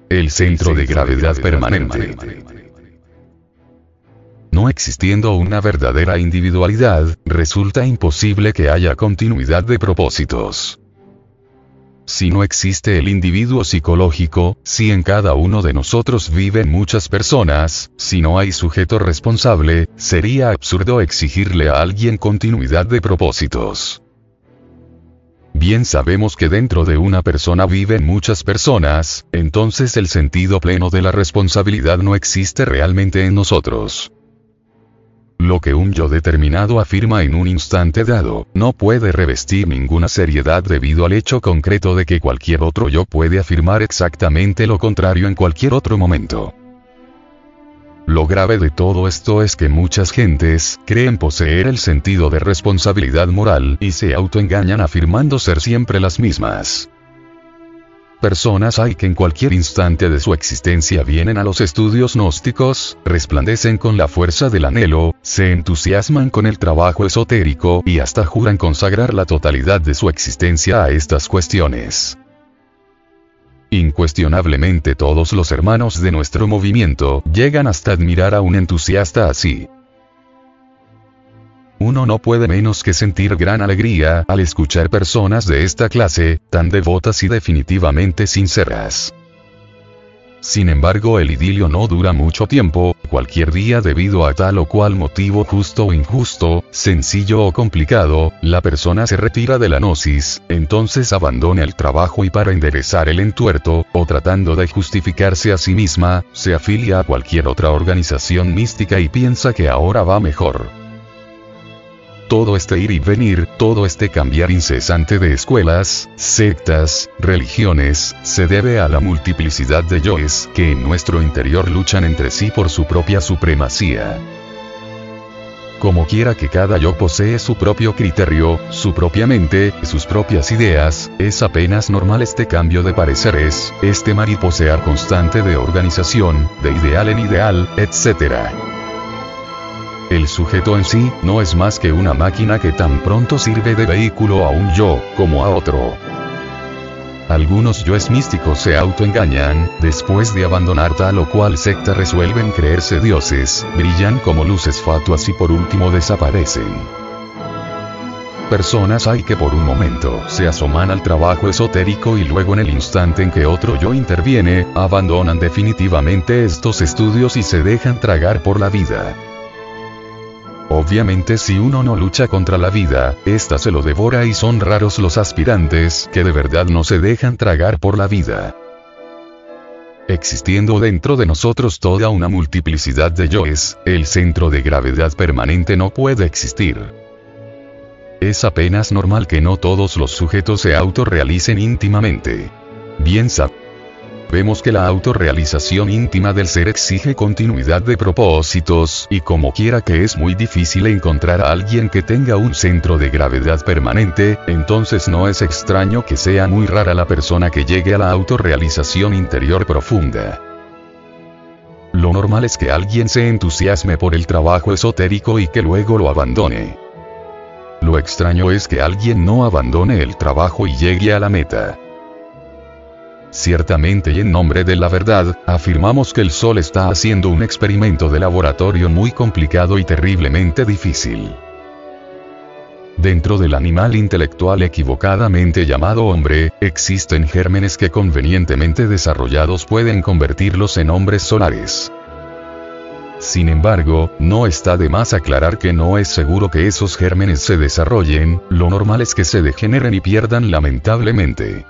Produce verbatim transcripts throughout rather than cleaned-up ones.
el centro de gravedad permanente. No existiendo una verdadera individualidad, resulta imposible que haya continuidad de propósitos. Si no existe el individuo psicológico, si en cada uno de nosotros viven muchas personas, si no hay sujeto responsable, sería absurdo exigirle a alguien continuidad de propósitos. Bien sabemos que dentro de una persona viven muchas personas, entonces el sentido pleno de la responsabilidad no existe realmente en nosotros. Lo que un yo determinado afirma en un instante dado, no puede revestir ninguna seriedad debido al hecho concreto de que cualquier otro yo puede afirmar exactamente lo contrario en cualquier otro momento. Lo grave de todo esto es que muchas gentes creen poseer el sentido de responsabilidad moral y se autoengañan afirmando ser siempre las mismas. Personas hay que en cualquier instante de su existencia vienen a los estudios gnósticos, resplandecen con la fuerza del anhelo, se entusiasman con el trabajo esotérico y hasta juran consagrar la totalidad de su existencia a estas cuestiones. Incuestionablemente todos los hermanos de nuestro movimiento llegan hasta admirar a un entusiasta así. Uno no puede menos que sentir gran alegría al escuchar personas de esta clase, tan devotas y definitivamente sinceras. Sin embargo, el idilio no dura mucho tiempo, cualquier día debido a tal o cual motivo justo o injusto, sencillo o complicado, la persona se retira de la gnosis, entonces abandona el trabajo y para enderezar el entuerto, o tratando de justificarse a sí misma, se afilia a cualquier otra organización mística y piensa que ahora va mejor. Todo este ir y venir, todo este cambiar incesante de escuelas, sectas, religiones, se debe a la multiplicidad de yoes que en nuestro interior luchan entre sí por su propia supremacía. Como quiera que cada yo posee su propio criterio, su propia mente, sus propias ideas, es apenas normal este cambio de pareceres, este mariposear constante de organización, de ideal en ideal, etcétera. El sujeto en sí, no es más que una máquina que tan pronto sirve de vehículo a un yo, como a otro. Algunos yoes místicos se autoengañan, después de abandonar tal o cual secta resuelven creerse dioses, brillan como luces fatuas y por último desaparecen. Personas hay que por un momento se asoman al trabajo esotérico y luego en el instante en que otro yo interviene, abandonan definitivamente estos estudios y se dejan tragar por la vida. Obviamente si uno no lucha contra la vida, ésta se lo devora y son raros los aspirantes que de verdad no se dejan tragar por la vida. Existiendo dentro de nosotros toda una multiplicidad de yoes, el centro de gravedad permanente no puede existir. Es apenas normal que no todos los sujetos se autorrealicen íntimamente. Bien sabemos. Vemos que la autorrealización íntima del ser exige continuidad de propósitos, y como quiera que es muy difícil encontrar a alguien que tenga un centro de gravedad permanente, entonces no es extraño que sea muy rara la persona que llegue a la autorrealización interior profunda. Lo normal es que alguien se entusiasme por el trabajo esotérico y que luego lo abandone. Lo extraño es que alguien no abandone el trabajo y llegue a la meta. Ciertamente y en nombre de la verdad, afirmamos que el Sol está haciendo un experimento de laboratorio muy complicado y terriblemente difícil. Dentro del animal intelectual equivocadamente llamado hombre, existen gérmenes que convenientemente desarrollados pueden convertirlos en hombres solares. Sin embargo, no está de más aclarar que no es seguro que esos gérmenes se desarrollen, lo normal es que se degeneren y pierdan lamentablemente.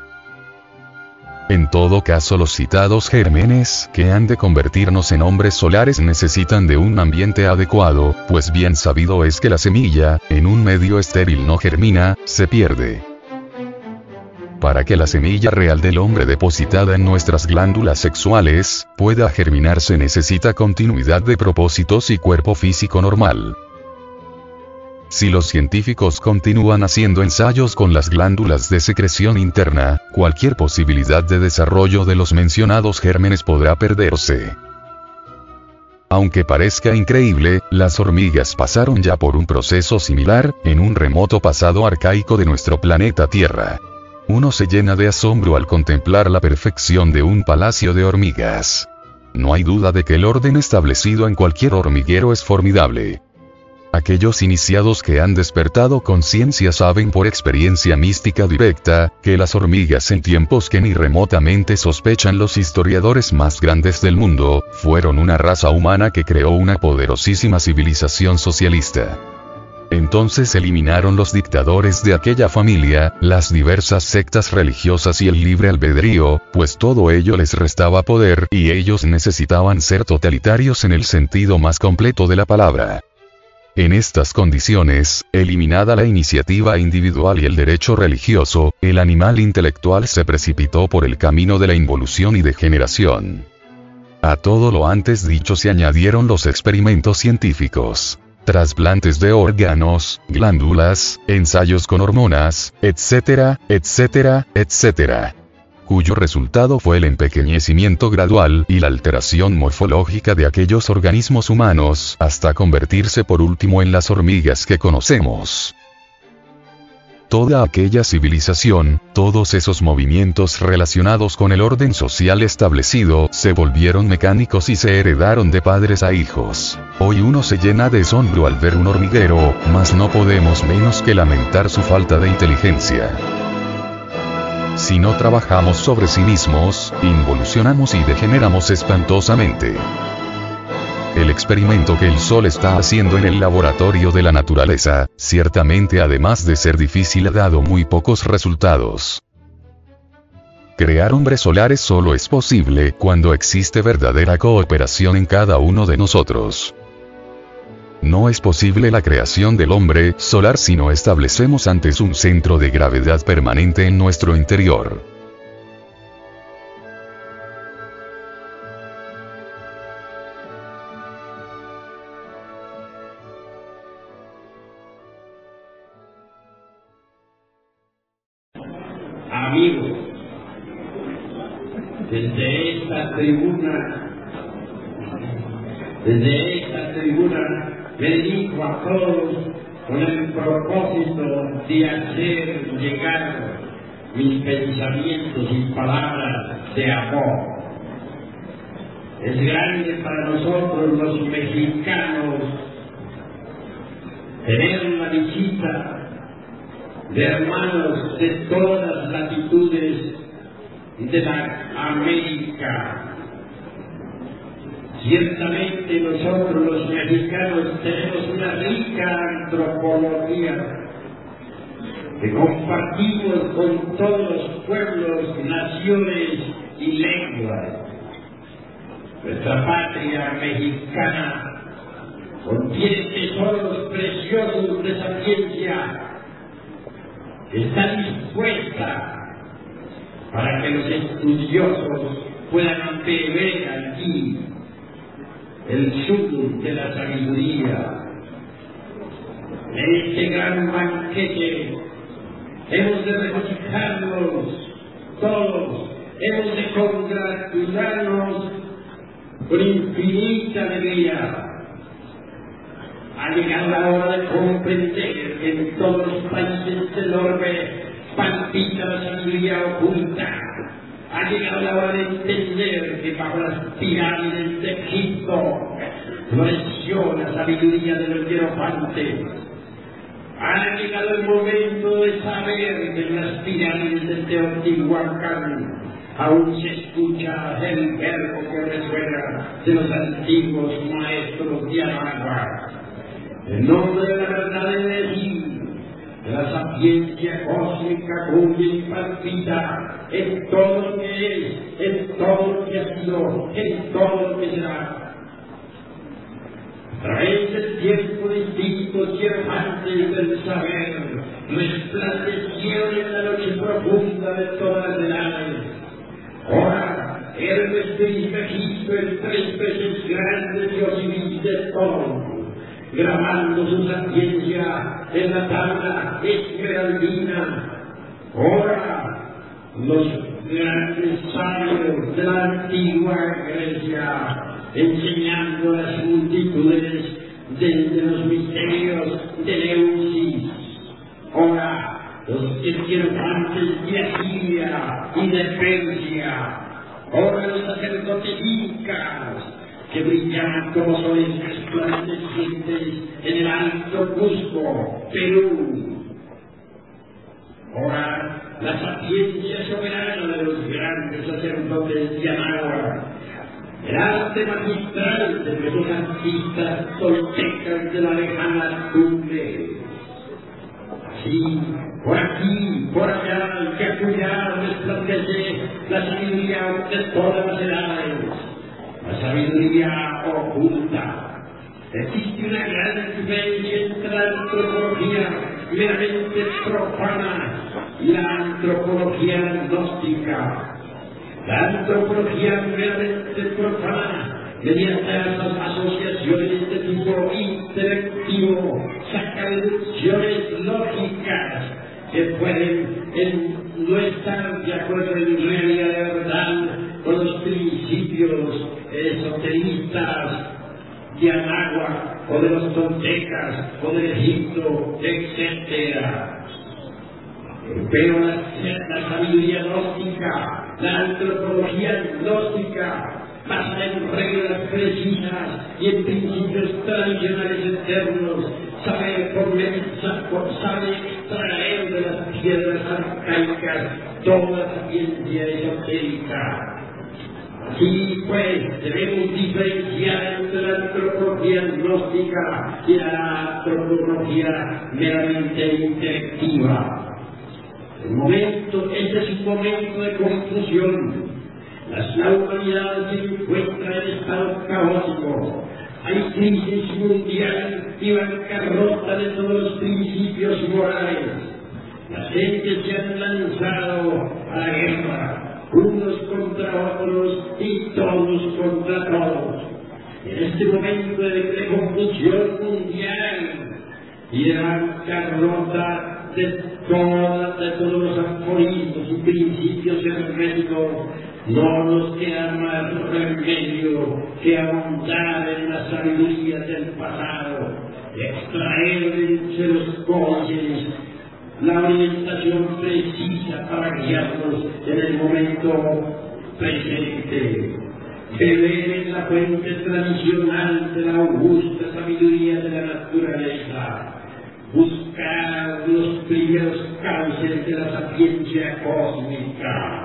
En todo caso los citados gérmenes que han de convertirnos en hombres solares necesitan de un ambiente adecuado, pues bien sabido es que la semilla, en un medio estéril no germina, se pierde. Para que la semilla real del hombre depositada en nuestras glándulas sexuales, pueda germinar se necesita continuidad de propósitos y cuerpo físico normal. Si los científicos continúan haciendo ensayos con las glándulas de secreción interna, cualquier posibilidad de desarrollo de los mencionados gérmenes podrá perderse. Aunque parezca increíble, las hormigas pasaron ya por un proceso similar, en un remoto pasado arcaico de nuestro planeta Tierra. Uno se llena de asombro al contemplar la perfección de un palacio de hormigas. No hay duda de que el orden establecido en cualquier hormiguero es formidable. Aquellos iniciados que han despertado conciencia saben por experiencia mística directa, que las hormigas en tiempos que ni remotamente sospechan los historiadores más grandes del mundo, fueron una raza humana que creó una poderosísima civilización socialista. Entonces eliminaron los dictadores de aquella familia, las diversas sectas religiosas y el libre albedrío, pues todo ello les restaba poder y ellos necesitaban ser totalitarios en el sentido más completo de la palabra. En estas condiciones, eliminada la iniciativa individual y el derecho religioso, el animal intelectual se precipitó por el camino de la involución y degeneración. A todo lo antes dicho se añadieron los experimentos científicos. Trasplantes de órganos, glándulas, ensayos con hormonas, etcétera, etcétera, etcétera. Cuyo resultado fue el empequeñecimiento gradual y la alteración morfológica de aquellos organismos humanos, hasta convertirse por último en las hormigas que conocemos. Toda aquella civilización, todos esos movimientos relacionados con el orden social establecido, se volvieron mecánicos y se heredaron de padres a hijos. Hoy uno se llena de asombro al ver un hormiguero, mas no podemos menos que lamentar su falta de inteligencia. Si no trabajamos sobre sí mismos, involucionamos y degeneramos espantosamente. El experimento que el Sol está haciendo en el laboratorio de la naturaleza, ciertamente además de ser difícil ha dado muy pocos resultados. Crear hombres solares solo es posible cuando existe verdadera cooperación en cada uno de nosotros. No es posible la creación del hombre solar si no establecemos antes un centro de gravedad permanente en nuestro interior. Amigos, desde esta tribuna, desde esta tribuna, me dirijo a todos con el propósito de hacer llegar mis pensamientos y palabras de amor. Es grande para nosotros los mexicanos tener la visita de hermanos de todas las latitudes de la América. Ciertamente nosotros los mexicanos tenemos una rica antropología que compartimos con todos los pueblos, naciones y lenguas. Nuestra patria mexicana contiene tesoros preciosos de sapiencia que está dispuesta para que los estudiosos puedan beber aquí el sur de la sabiduría. En este gran banquete hemos de regocijarnos todos, hemos de congratularnos con infinita alegría. Ha llegado la hora de comprender que en todos los países del orbe palpita la sabiduría oculta. Ha llegado la hora de entender que bajo las pirámides de Egipto floreció la sabiduría de los hierofantes. Ha llegado el momento de saber que en las pirámides de Teotihuacán aún se escucha el verbo que resuena de los antiguos maestros de Aragua. En nombre de la verdad de decir, de la sapiencia cósmica cuya y palpita en todo lo que es, en todo lo que ha sido, en todo lo que será. A través del tiempo distintos y hermantes del saber, resplandecieron en la noche profunda de todas las edades. Ahora, Hermes Trismegisto, el tres veces grande Dios y de todo, grabando su sapiencia en la tabla esmeraldina. Ahora, los grandes sabios de la antigua Grecia, enseñando a las multitudes desde los misterios de Leusis. Ahora, los esquirofantes de Asiria y de Persia, ahora los sacerdotes incas, que brillan como soles resplandecientes en el alto Cusco, Perú. Ahora la sapiencia soberana de los grandes sacerdotes de Anáhuac, el arte magistral de los artistas toltecas de la lejana cumbre. Así, por aquí, por allá, que acullá resplandece la sabiduría de todas las edades, la sabiduría oculta. Existe una gran diferencia entre la antropología meramente profana y la antropología gnóstica. La antropología meramente profana, mediante las asociaciones de tipo intelectivo, saca deducciones lógicas que pueden en, no estar de acuerdo en realidad de verdad con los principios esoteristas de Anáhuac o de los toltecas o del Egipto, etcétera. Pero la, la sabiduría gnóstica, la antropología gnóstica, basada en reglas precisas y en principios tradicionales eternos, sabe, por, sabe extraer de las piedras arcaicas toda la ciencia esotérica. Así pues, debemos diferenciar entre la antropología gnóstica y la antropología meramente intelectiva. El momento, este es un momento de confusión. La humanidad se encuentra en estado caótico. Hay crisis mundial y bancarrota de todos los principios morales. Las gentes se han lanzado a la guerra, unos contra otros y todos contra todos. En este momento de, de confusión mundial y de bancarrota de, toda, de todos los aforismos y principios herméticos, no nos queda más remedio que ahondar en la sabiduría del pasado, extraer de entre los códices la orientación precisa para guiarnos en el momento presente, beber en la fuente tradicional de la augusta sabiduría de la naturaleza, buscar los primeros cauces de la sapiencia cósmica.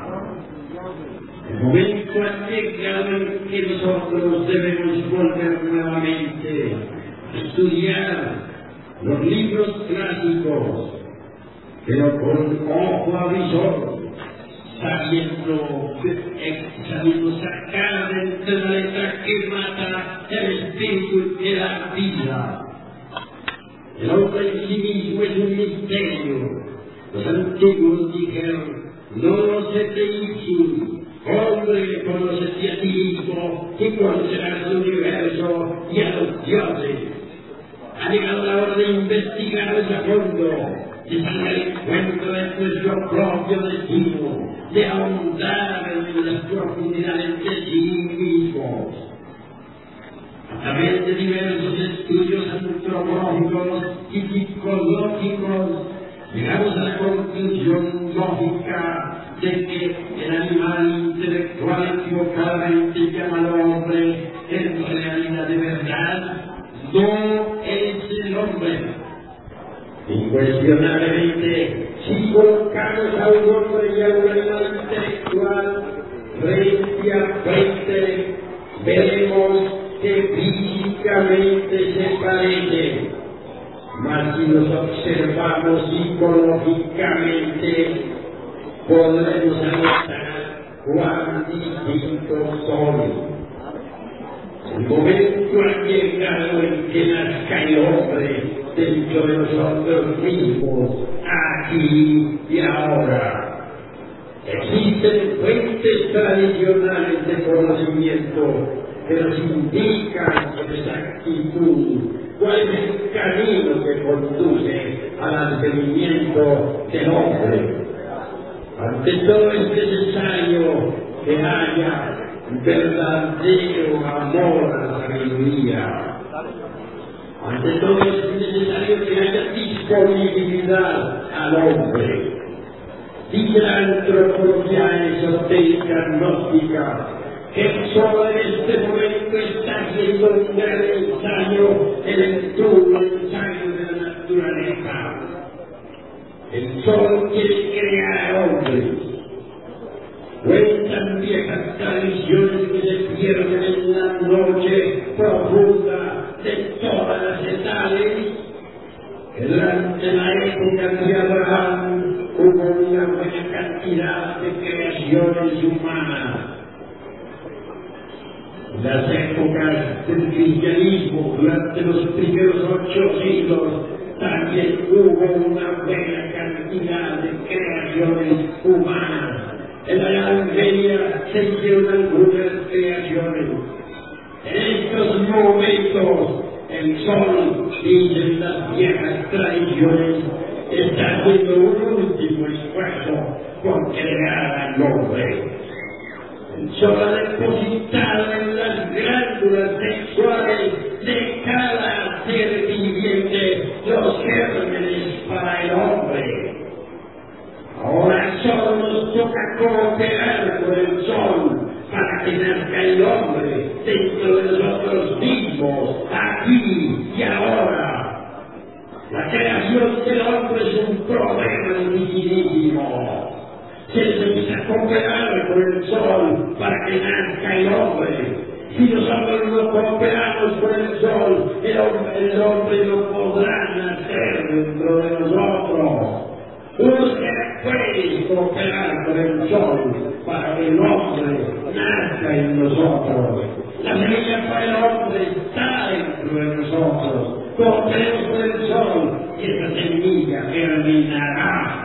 El momento ha llegado en que nosotros debemos volver nuevamente a estudiar los libros clásicos, pero con ojo avisor, sabiendo, sabiendo sacar de entre la letra que mata el espíritu y la vida. El hombre en sí mismo es un misterio. Los antiguos dijeron: no se te ipsum, hombre, conócete a ti mismo y conocerás el universo y a los dioses. Ha llegado la hora de investigar a fondo, de salir al encuentro de nuestro propio destino, de ahondar en las profundidades de sí mismos. A través de diversos estudios antropológicos y psicológicos, llegamos a la conclusión lógica de que el animal intelectual equivocadamente llamado hombre, en realidad de verdad, no es el hombre. Incuestionablemente, si colocamos a un hombre y a un animal intelectual frente a frente, veremos que físicamente se parecen, mas si los observamos psicológicamente, podremos anotar cuán distintos son. El momento ha llegado en que nazca el hombre dentro de nosotros mismos, aquí y ahora. Existen fuentes tradicionales de conocimiento que nos indican con exactitud cuál es el camino que conduce al advenimiento del hombre. Ante todo es necesario que haya verdadero amor a la sabiduría. Ante todo es necesario que haya disponibilidad al hombre. Dice la antropología esotérica gnóstica que el sol en este momento está haciendo un gran ensayo en el duro ensayo de la naturaleza. El sol quiere crear hombres. Cuentan viejas tradiciones que se pierden en la noche profunda de todas las edades, que durante la época de Abraham hubo una buena cantidad de creaciones humanas. En las épocas del cristianismo, durante los primeros ocho siglos, también hubo una buena cantidad de creaciones humanas. En la Edad Media se hicieron algunas creaciones. En estos momentos, el sol, dicen las viejas tradiciones, está haciendo un último esfuerzo por crear al hombre. El sol ha depositado en las glándulas sexuales de cada ser viviente los gérmenes para el hombre. Ahora solo nos toca cooperar con el sol para que nazca el hombre dentro de nosotros mismos, aquí y ahora. La creación del hombre es un problema dificilísimo. Se necesita cooperar con el sol para que nazca el hombre. Si nosotros no cooperamos con el sol, el hombre, el hombre no podrá nacer dentro de nosotros. Usted puede cooperar con el sol para que el hombre nazca en nosotros. La semilla para el hombre está dentro de nosotros. Cooperemos con el sol y esa semilla germinará.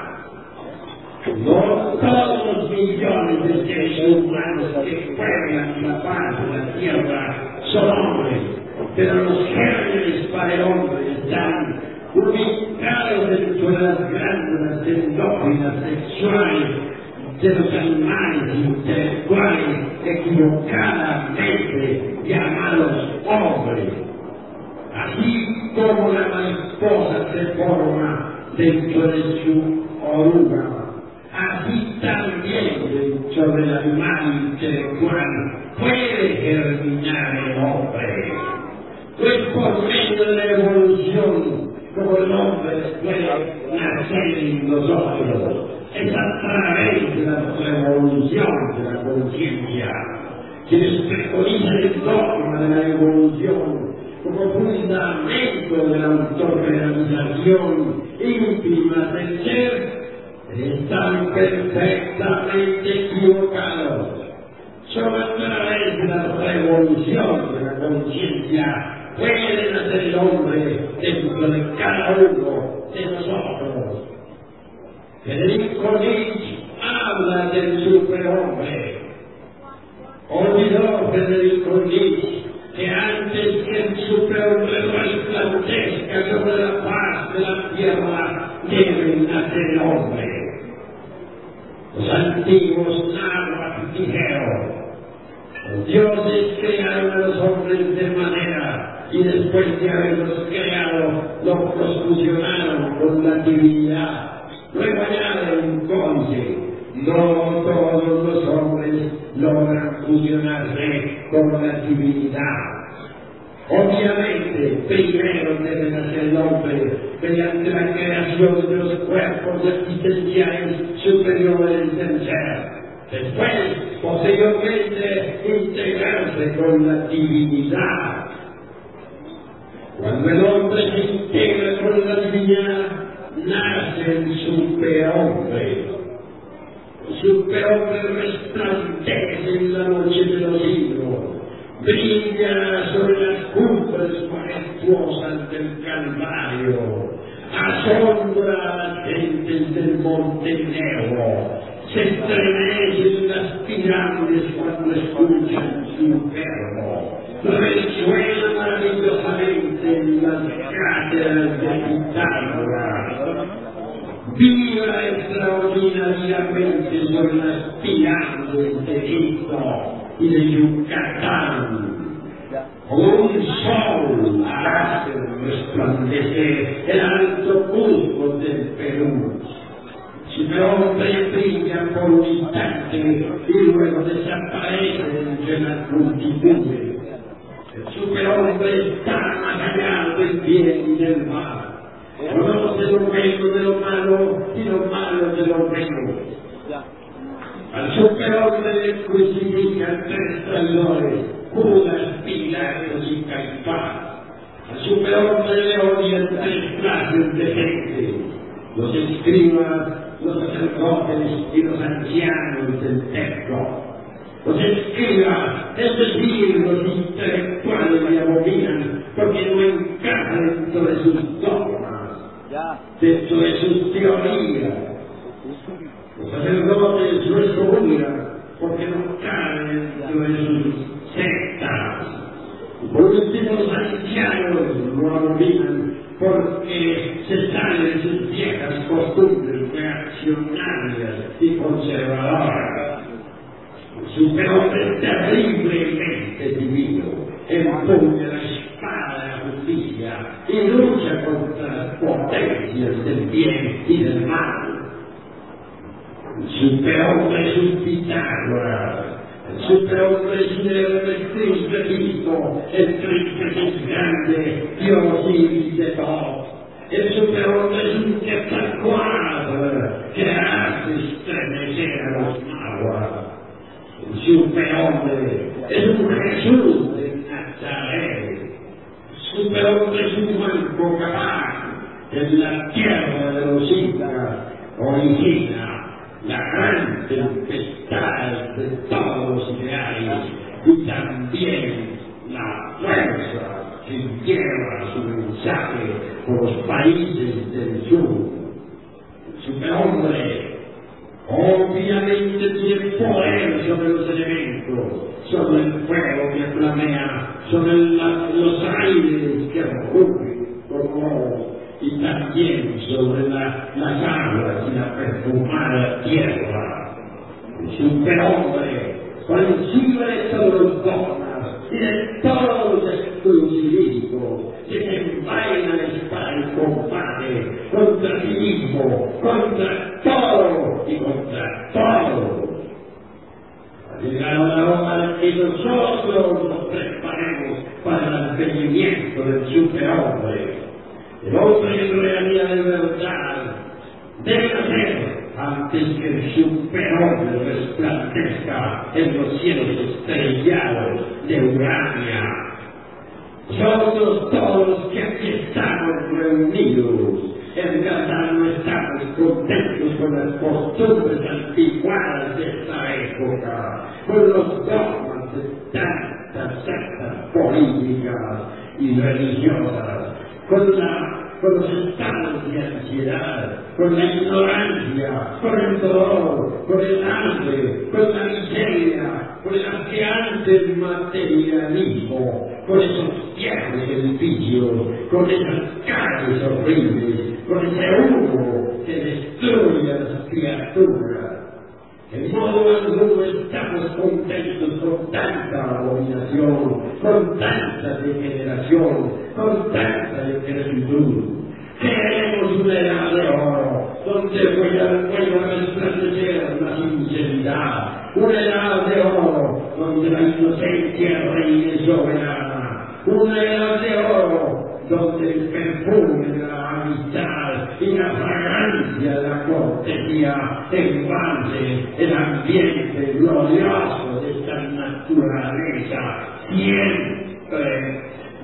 No todos los millones de seres humanos que pueblan la paz de la tierra son hombres, pero los gérmenes para el hombre están ubicados dentro de las glándulas endógenas sexuales de los animales intelectuales equivocadamente llamados hombres. Así como la mariposa se forma dentro de su oruga, así también dentro del animal intelectual puede germinar el hombre. Pues por medio de la evolución, como el hombre puede nacer en nosotros, es a través de la revolución de la conciencia. Quienes preconizan el dogma de la evolución como fundamento de la autorrealización íntima del ser, están perfectamente equivocados. Solo a través de la revolución de la conciencia puede nacer el hombre dentro de cada uno de nosotros. Federico Nietzsche habla del superhombre. Olvidó Federico Nietzsche que antes que el superhombre resplandezca sobre la faz de la tierra, debe nacer el hombre. Los antiguos náhuatl dijeron: los dioses crearon a los hombres de madera y después de haberlos creado, los fusionaron con la divinidad. Luego añade un códice: no todos los hombres logran fusionarse con la divinidad. Obviamente, primero debe nacer el hombre mediante la creación de los cuerpos existenciales superiores del ser. Después, posteriormente, integrarse con la divinidad. Cuando el hombre se integra con la divinidad, nace el superhombre. El superhombre resplandece en la noche de los siglos, brilla sobre las cumbres majestuosas del Calvario, asombra a las gentes del Monte Negro, se estremecen las pirámides cuando escuchan su verbo, resuena maravillosamente en las cátedras de Pitágoras, vibra extraordinariamente sobre las pirámides de Egipto y de Yucatán. como un sol hace resplandecer el alto Cusco del Perú. El superhombre brilla por un instante y luego desaparece entre las multitudes. El superhombre está más allá del bien y del mal. Conoce lo bueno de lo malo y lo malo de lo bueno. Al superhombre le crucifican tres traidores, Judas, Pilatos y Caifás. Al superhombre le odian tres clases de gente: los escribas, los sacerdotes y los ancianos del templo. Los escribas, es decir, los intelectuales, le abominan porque no encajan dentro de sus dogmas, dentro de sus teorías. Los sacerdotes lo excomulgan porque no caen dentro de sus sectas. Y por último, los ancianos lo abominan porque se salen de sus viejas costumbres reaccionarias y conservadoras. El superhombre es terriblemente divino, empuña la espada de la justicia y lucha contra las potencias del bien y del mal. El superhombre es un Pitágoras. El superhombre es un héroe triste mismo, el triste es grande, Dios y de todo. El superhombre es un Quetzalcóatl que hace estremecer a los nahuas. El superhombre es un Jesús de Nazaret. El superhombre es un Juan Cocabán, en la tierra de los incas origina la gran tempestad de todos los ideales y también la fuerza que lleva su mensaje por los países del sur. El superhombre obviamente tiene poder sobre los elementos, sobre el fuego que flamea, sobre la, los aires que rugen como y también sobre la, las aguas y la perfumada tierra. El superhombre, por encima de todos los dogmas y de todos los exclusivismos, que se envainan para el combate contra sí mismo, contra todo y contra todos. Ha llegado la hora de que nosotros nos preparemos para el advenimiento del superhombre. El hombre en realidad de verdad debe nacer antes que el superhombre resplandezca en los cielos estrellados de Urania. Nosotros todos los que aquí estamos reunidos, en verdad no estamos contentos con las costumbres anticuadas de esta época, con los dogmas de tantas sectas políticas y religiosas, con, la, con los estados de ansiedad, con la ignorancia, con el dolor, con el hambre, con la miseria, con el asqueante materialismo, con esos viejos edificios, con esas calles horribles, con ese humo que destruye a las criaturas. En modo alguno estamos contentos con tanta abominación, con tanta degeneración, con tanta decrepitud. Queremos una edad de oro, donde vuelva a resplandecer la sinceridad, una edad de oro, donde la inocencia reine soberana, una edad de oro, donde el perfume de la amistad y la fragancia de la cortesía embalse el ambiente glorioso de esta naturaleza siempre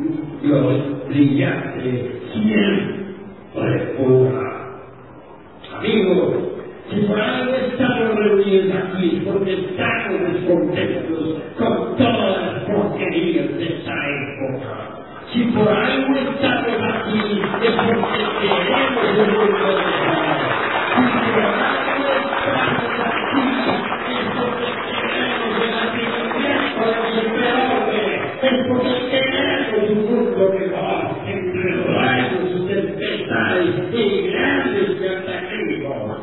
brillante, siempre pura. Amigos, si por algo estamos reunidos aquí, porque estamos descontentos con todas las porquerías de esta época. Si por algo estamos aquí, es porque queremos un mundo mejor. Si por algo estamos aquí, es porque queremos el advenimiento del superhombre. Es porque queremos un mundo mejor, entre rayos, tempestades y grandes cataclismos.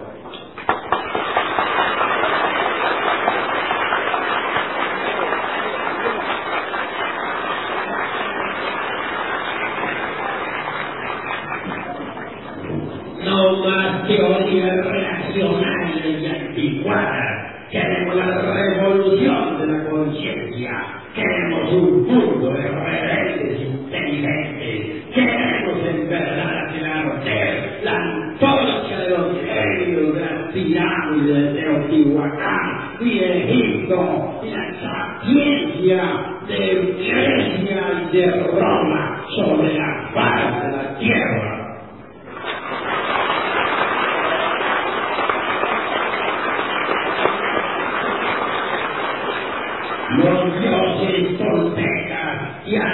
anticuada. Queremos la revolución de la conciencia. Queremos un mundo de rebeldes inteligentes. Queremos en verdad hacer arder la antorcha de los genios de las pirámides de Teotihuacán y de Egipto y la sapiencia de Grecia y de Roma sobre la faz de la tierra. Los dioses toltecas y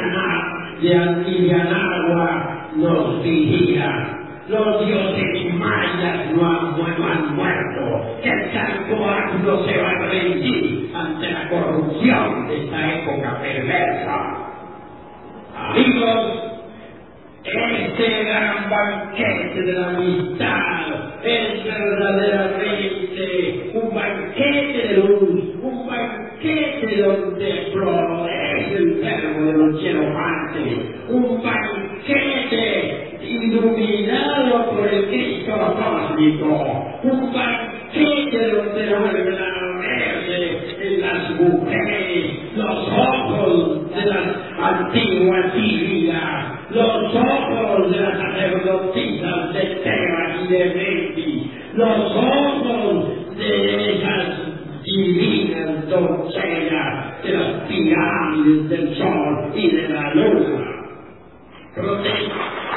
Antivianagua nos vigilan. Los dioses mayas no han, no han muerto. El Calcoagno se va a rendir ante la corrupción de esta época perversa. Amigos, este gran banquete de la amistad es verdaderamente un banquete de luz, un banquete donde florece el verbo de los hierofantes, un banquete iluminado por el Cristo cósmico, un banquete donde vuelven a verse en las mujeres los ojos de las antiguas Sirias, los ojos de las sacerdotisas de Tebas y de Memphis, los ojos de esas divinas doncellas de las pirámides del sol y de la luna. Prote-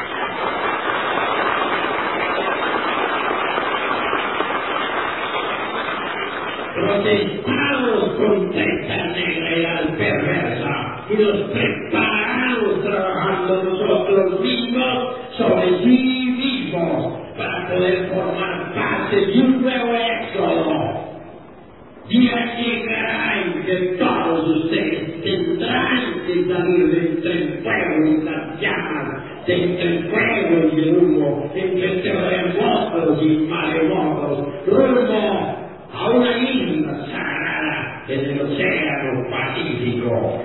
Protestamos contra esta negrera perversa y nos preparamos trabajando nosotros mismos sobre sí mismos para poder formar parte de un nuevo éxodo. Día llegará en que todos ustedes tendrán que salir de entre el fuego y las llamas, de entre el fuego y el humo, entre terremotos y maremotos, rumbo a una isla sagrada en el océano Pacífico.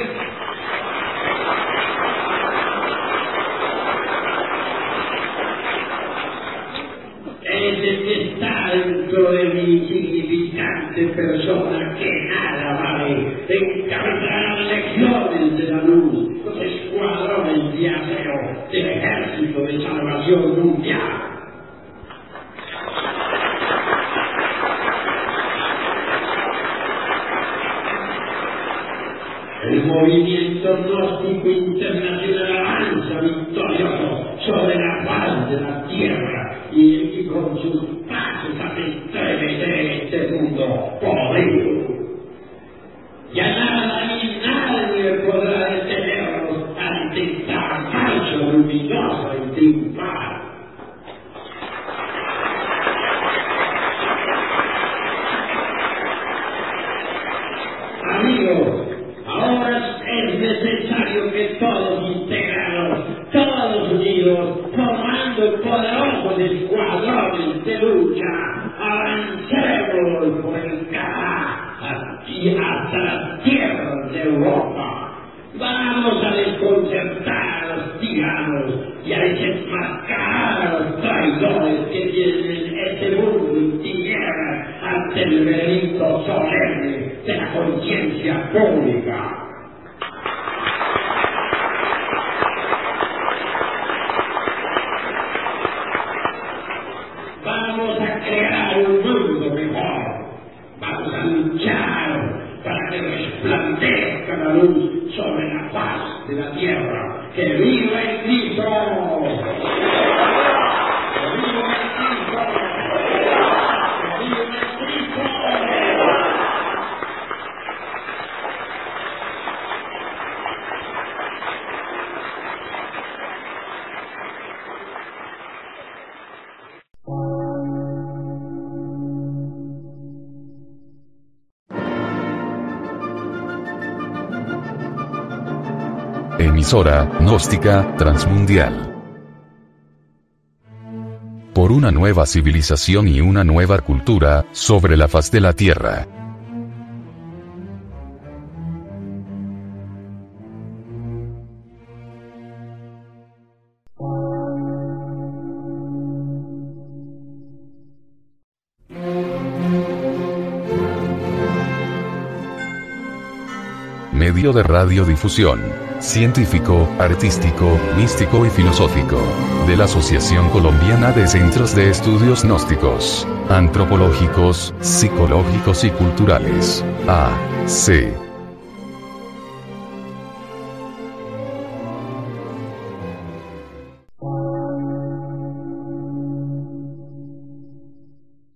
Es el que está dentro de mi insignificante persona que nada vale, encabezará las legiones de la luz, los escuadrones de acero del ejército de salvación mundial. El movimiento gnóstico internacional avanza victorioso sobre la faz de la tierra y, y con sus pasos hace estremecer este mundo podrido. Ya nada ni nadie podrá detenernos ante esta marcha luminosa y triunfal. Amigos, ahora es necesario que todos integrados, todos unidos, formando poderosos escuadrones de lucha, avancemos por el Cahá y hasta las tierras de Europa. Vamos a desconcertar a los tiranos y a desenmascarar a los traidores que tienen este mundo en tinieblas ante el veredicto solemne de la conciencia pública. Vamos a crear un mundo mejor. Vamos a luchar para que resplandezca la luz sobre la faz de la tierra. ¡Que viva el Cristo! ¡Que viva el Cristo! ¡Que viva el Cristo! Emisora gnóstica transmundial. Por una nueva civilización y una nueva cultura sobre la faz de la tierra. medio de radiodifusión científico, artístico, místico y filosófico de la Asociación Colombiana de Centros de Estudios Gnósticos, Antropológicos, Psicológicos y Culturales. A C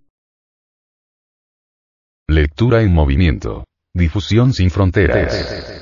Lectura en movimiento. Difusión sin fronteras.